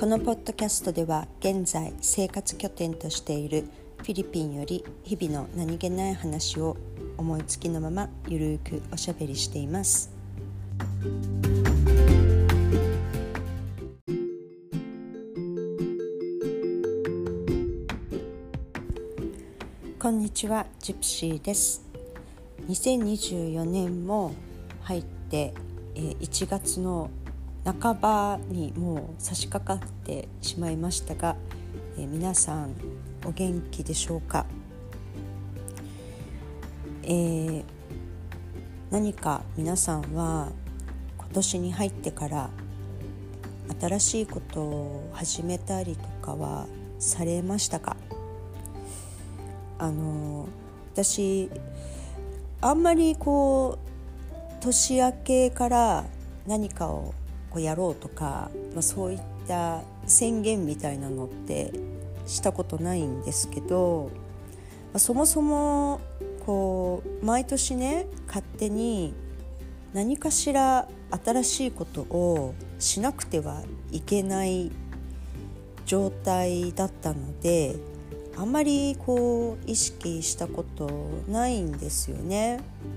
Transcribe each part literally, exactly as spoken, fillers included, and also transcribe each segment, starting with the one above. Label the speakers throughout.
Speaker 1: このポッドキャストでは現在生活拠点としているフィリピンより日々の何気ない話を思いつきのままゆるくおしゃべりしています。こんにちは、ジプシーです。にせんにじゅうよねんも入っていちがつの半ばにもう差し掛かってしまいましたが、え皆さんお元気でしょうか。えー、何か皆さんは今年に入ってから新しいことを始めたりとかはされましたか？あの私あんまりこう年明けから何かをこうやろうとか、まあ、そういった宣言みたいなのってしたことないんですけど、まあ、そもそもこう毎年ね勝手に何かしら新しいことをしなくてはいけない状態だったので、あんまりこう意識したことないんですよね。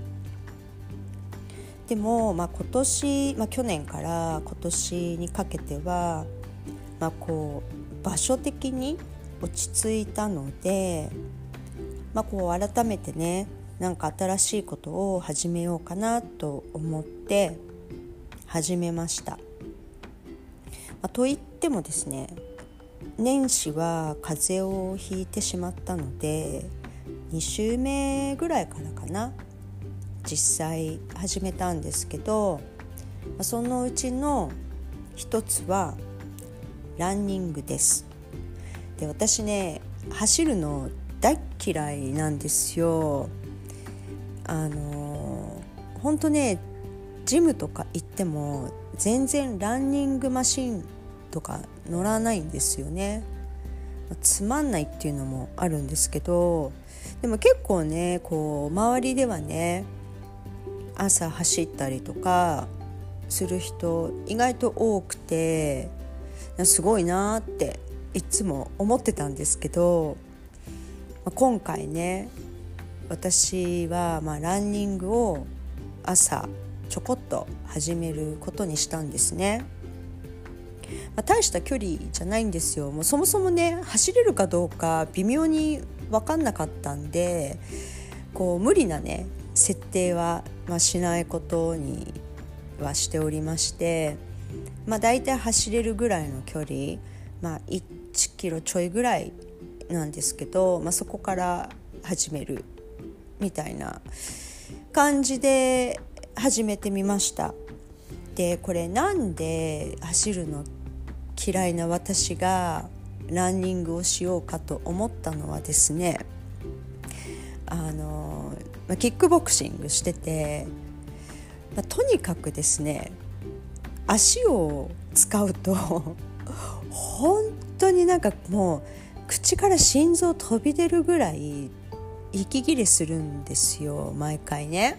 Speaker 1: でも、まあ、今年、まあ、去年から今年にかけては、まあ、こう場所的に落ち着いたので、まあ、こう改めてねなんか新しいことを始めようかなと思って始めました。まあ、といってもですね、年始は風邪をひいてしまったのでに週目ぐらいからかな実際始めたんですけど、そのうちの一つはランニングです。で、私ね走るの大嫌いなんですよ。あの本当ねジムとか行っても全然ランニングマシンとか乗らないんですよね。つまんないっていうのもあるんですけど、でも結構ねこう周りではね朝走ったりとかする人意外と多くてすごいなっていつも思ってたんですけど、今回ね私はまあランニングを朝ちょこっと始めることにしたんですね。まあ、大した距離じゃないんですよ。もうそもそもね走れるかどうか微妙に分かんなかったんで、こう無理なね設定は、まあ、しないことにはしておりまして、まあ、だいたい走れるぐらいの距離、まあ、いちキロちょいぐらいなんですけど、まあ、そこから始めるみたいな感じで始めてみました。で、これなんで走るの嫌いな私がランニングをしようかと思ったのはですね、あのキックボクシングしてて、まあ、とにかくですね足を使うと本当になんかもう口から心臓飛び出るぐらい息切れするんですよ毎回ね。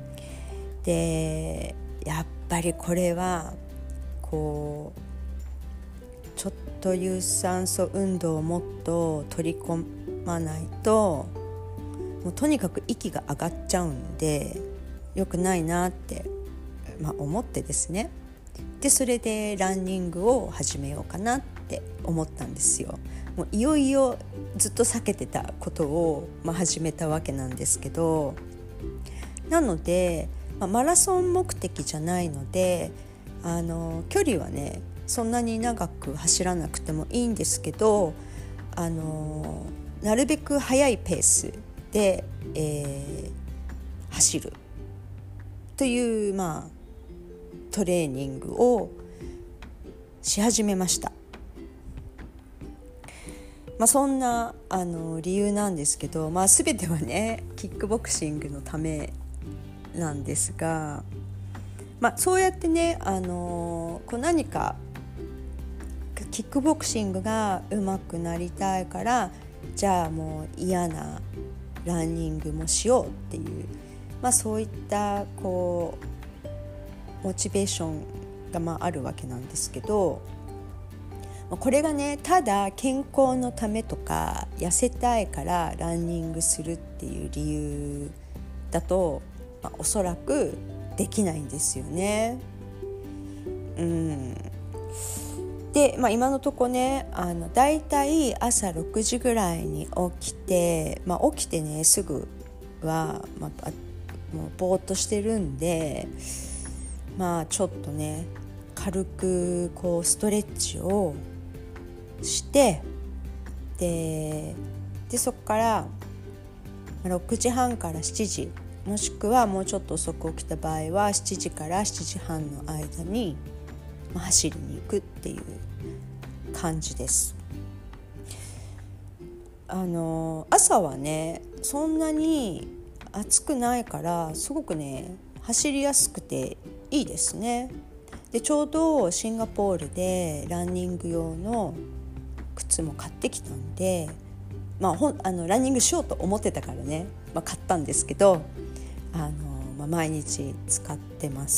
Speaker 1: でやっぱりこれはこうちょっと有酸素運動をもっと取り込まないともうとにかく息が上がっちゃうんで良くないなって、まあ、思ってですね。でそれでランニングを始めようかなって思ったんですよ。もういよいよずっと避けてたことを、まあ、始めたわけなんですけど、なので、まあ、マラソン目的じゃないのであの距離はねそんなに長く走らなくてもいいんですけど、あのなるべく速いペースで、えー、走るという、まあ、トレーニングをし始めました。まあ、そんなあの理由なんですけど、まあ、全てはねキックボクシングのためなんですが、まあ、そうやってね、あのこう何かキックボクシングが上手くなりたいからじゃあもう嫌なランニングもしようっていう、まあ、そういったこうモチベーションがまああるわけなんですけど、 これがねただ健康のためとか痩せたいからランニングするっていう理由だと、まあ、おそらくできないんですよね。うん、で、まあ、今のとこねあのだいたい朝ろくじぐらいに起きて、まあ、起きてねすぐは、まあ、もうぼーっとしてるんで、まあちょっとね軽くこうストレッチをしてででそこからろくじはんからしちじ、もしくはもうちょっと遅く起きた場合はしちじからしちじはんの間に、まあ、走りに行くっていう感じです。あの朝はねそんなに暑くないからすごくね走りやすくていいですね。でちょうどシンガポールでランニング用の靴も買ってきたんで、まあ、ほんあのランニングしようと思ってたからね、まあ、買ったんですけどあの、まあ、毎日使ってます。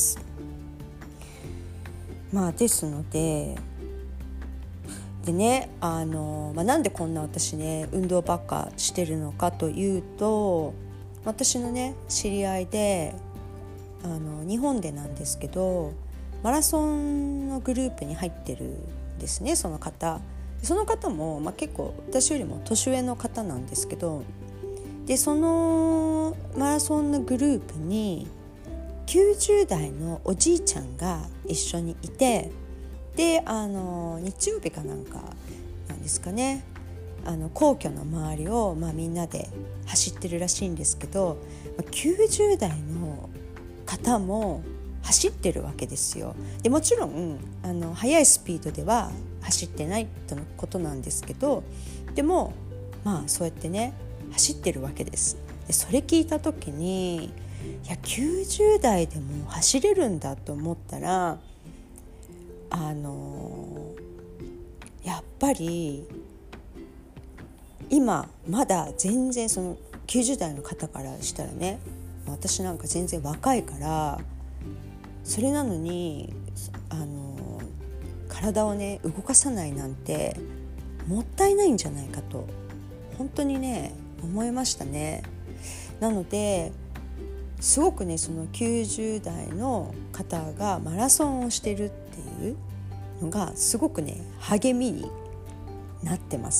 Speaker 1: まあですのででねあの、まあ、なんでこんな私ね運動ばっかしてるのかというと、私のね知り合いであの日本でなんですけどマラソンのグループに入ってるんですね、その方。その方も、まあ、結構私よりも年上の方なんですけど、でそのマラソンのグループにきゅうじゅう代のおじいちゃんが一緒にいて、であの日曜日かなんかなんですかね、あの皇居の周りを、まあ、みんなで走ってるらしいんですけど、きゅうじゅう代の方も走ってるわけですよ。でもちろんあの速いスピードでは走ってないとのことなんですけど、でもまあそうやってね走ってるわけです。でそれ聞いた時に、いやきゅうじゅう代でも走れるんだと思ったら、あのやっぱり今まだ全然そのきゅうじゅう代の方からしたらね、私なんか全然若いから、それなのにあの体をね動かさないなんてもったいないんじゃないかと本当にね思いましたね。なのですごくねそのきゅうじゅう代の方がマラソンをしてるっていうのがすごくね励みになってます。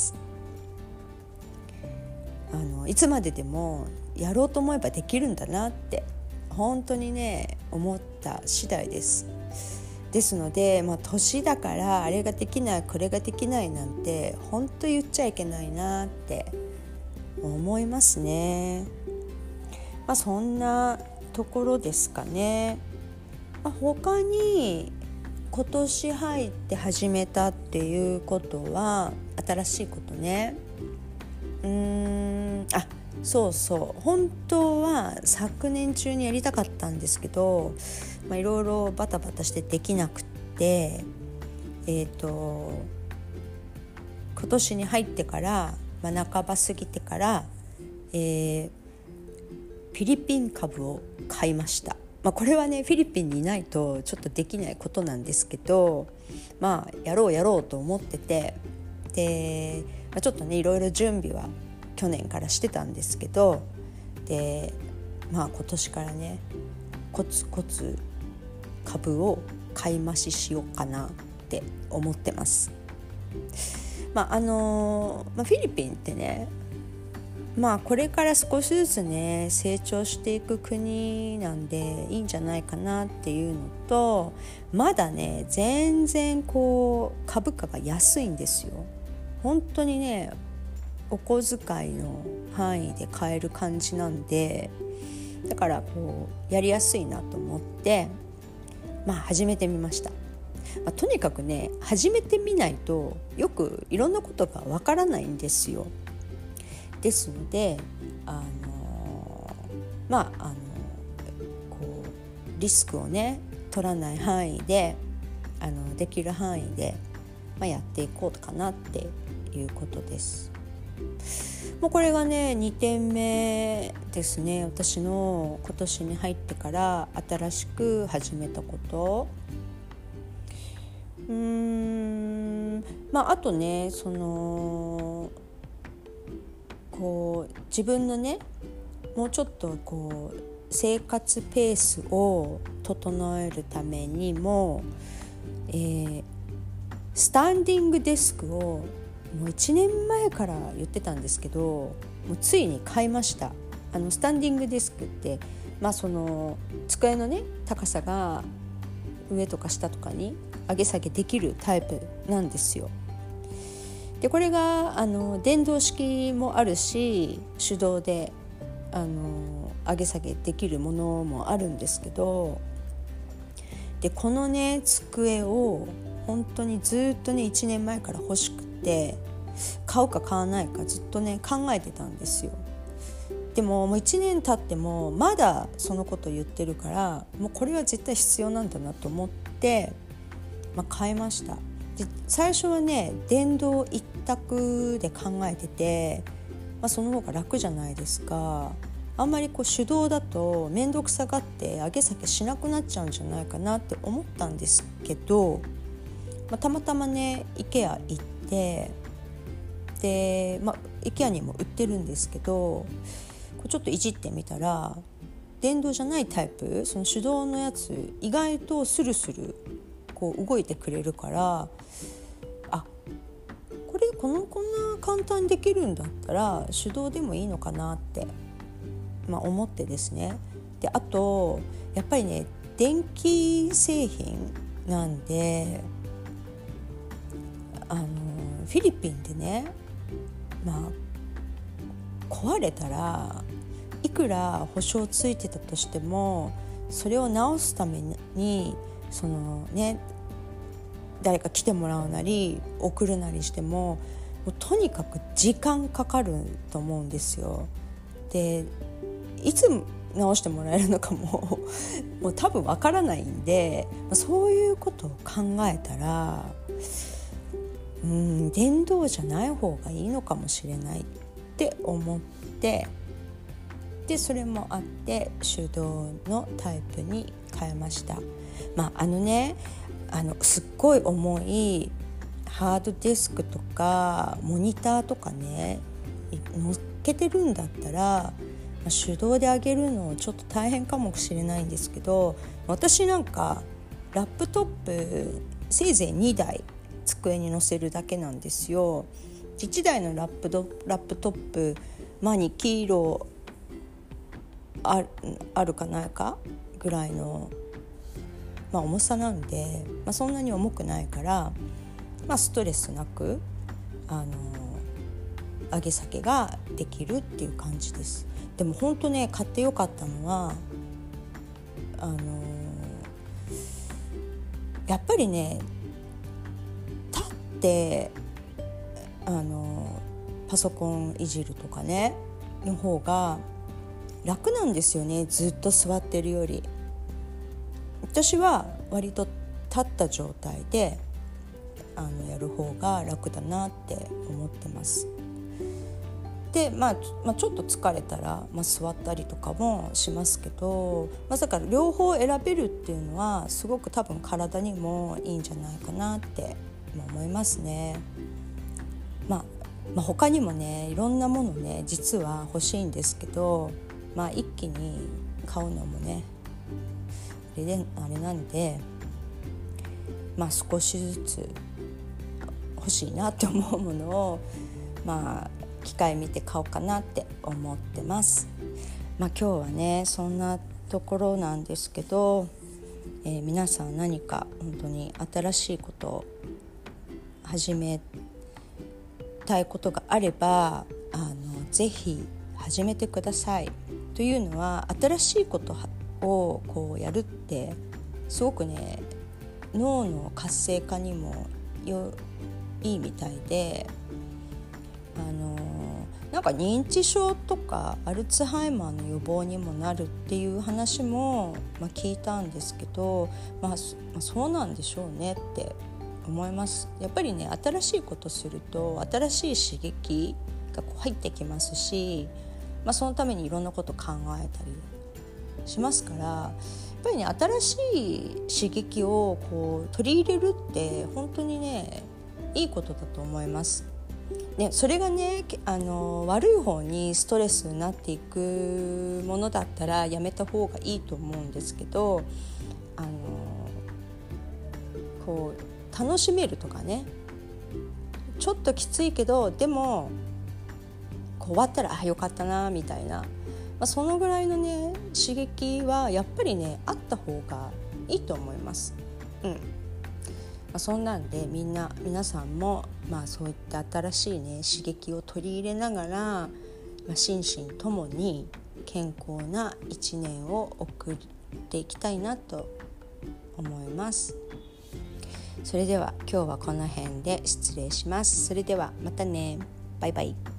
Speaker 1: あのいつまででもやろうと思えばできるんだなって本当にね思った次第です。ですので、まあ、年だからあれができないこれができないなんて本当言っちゃいけないなって思いますね。まあ、そんなところですかね。まあ、他に今年入って始めたっていうことは新しいことね、うーんあそうそう本当は昨年中にやりたかったんですけど、まあ、いろいろバタバタしてできなくってえっと今年に入ってから、まあ、半ば過ぎてから、えー、フィリピン株を買いました。まあ、これはねフィリピンにいないとちょっとできないことなんですけど、まあやろうやろうと思ってて、で、まあ、ちょっとねいろいろ準備は去年からしてたんですけど、でまあ今年からねコツコツ株を買い増ししようかなって思ってます。まああのまあ、フィリピンってね、まあこれから少しずつね成長していく国なんでいいんじゃないかなっていうのと、まだね全然こう株価が安いんですよ。本当にねお小遣いの範囲で買える感じなんで、だからこうやりやすいなと思ってまあ始めてみました。まあ、とにかくね始めてみないとよくいろんなことがわからないんですよ。ですのであのまああのこうリスクをね取らない範囲であのできる範囲で、まあ、やっていこうかなっていうことです。もうこれがねにてんめですね。私の今年に入ってから新しく始めたこと、うーんんまああとねそのこう自分のねもうちょっとこう生活ペースを整えるためにも、えー、スタンディングデスクをもういちねんまえから言ってたんですけど、もうついに買いました。あのスタンディングデスクって、まあ、その机のね高さが上とか下とかに上げ下げできるタイプなんですよ。でこれがあの電動式もあるし手動であの上げ下げできるものもあるんですけど、でこのね机を本当にずっとねいちねんまえから欲しくて買うか買わないかずっとね考えてたんですよ。でももういちねん経ってもまだそのこと言ってるから、もうこれは絶対必要なんだなと思って、まあ、買いました。で最初はね電動一択で考えてて、まあ、その方が楽じゃないですか。あんまりこう手動だと面倒くさがって上げ下げしなくなっちゃうんじゃないかなって思ったんですけど、まあ、たまたまね IKEA 行ってで、まあ、IKEA にも売ってるんですけど、ちょっといじってみたら電動じゃないタイプ、その手動のやつ意外とスルスルこう動いてくれるから、あこれこのこんな簡単にできるんだったら手動でもいいのかなって、まあ、思ってですね。であとやっぱりね電気製品なんで、あのフィリピンでね、まあ壊れたらいくら保証ついてたとしてもそれを直すためにそのね誰か来てもらうなり送るなりしても、もうとにかく時間かかると思うんですよ。でいつ直してもらえるのかももう多分わからないんで、そういうことを考えたらうん電動じゃない方がいいのかもしれないって思って、でそれもあって手動のタイプに変えました。まああのねあのすっごい重いハードディスクとかモニターとかね乗っけてるんだったら、まあ、手動で上げるのちょっと大変かもしれないんですけど、私なんかラップトップせいぜいにだい机に載せるだけなんですよ。いちだいのラップドラップトップ、まあ、にキロある、あるかないかぐらいの、まあ、重さなんで、まあ、そんなに重くないから、まあ、ストレスなくあの上げ下げができるっていう感じです。でも本当ね買ってよかったのはあのやっぱりね立ってあのパソコンいじるとかねの方が楽なんですよね、ずっと座ってるより。私は割と立った状態であのやる方が楽だなって思ってます。で、まあ、まあちょっと疲れたら、まあ、座ったりとかもしますけど、まあ、だから両方選べるっていうのはすごく多分体にもいいんじゃないかなって思いますね。まあまあ、他にもねいろんなものね実は欲しいんですけど、まあ、一気に買うのもねあれであれなんで、まあ、少しずつ欲しいなって思うものを、まあ、機会見て買おうかなって思ってます。まあ、今日はねそんなところなんですけど、えー、皆さん何か本当に新しいことを始めたいことがあればあのぜひ始めてください。というのは新しいことをこうやるってすごくね脳の活性化にもよいいみたいで、あのなんか認知症とかアルツハイマーの予防にもなるっていう話も、まあ、聞いたんですけど、まあ、まあそうなんでしょうねって思います。やっぱりね新しいことすると新しい刺激がこう入ってきますし、まあ、そのためにいろんなこと考えたりしますから、やっぱりね新しい刺激をこう取り入れるって本当にねいいことだと思います。ね、それがねあの悪い方にストレスになっていくものだったらやめた方がいいと思うんですけど、あのこう楽しめるとかね、ちょっときついけどでもこう終わったらあよかったなみたいな、まあ、そのぐらいのね刺激はやっぱりねあった方がいいと思います。うんまあ、そんなんでみんな皆さんも、まあ、そういった新しいね刺激を取り入れながら、まあ、心身ともに健康な一年を送っていきたいなと思います。それでは今日はこの辺で失礼します。それではまたね。バイバイ。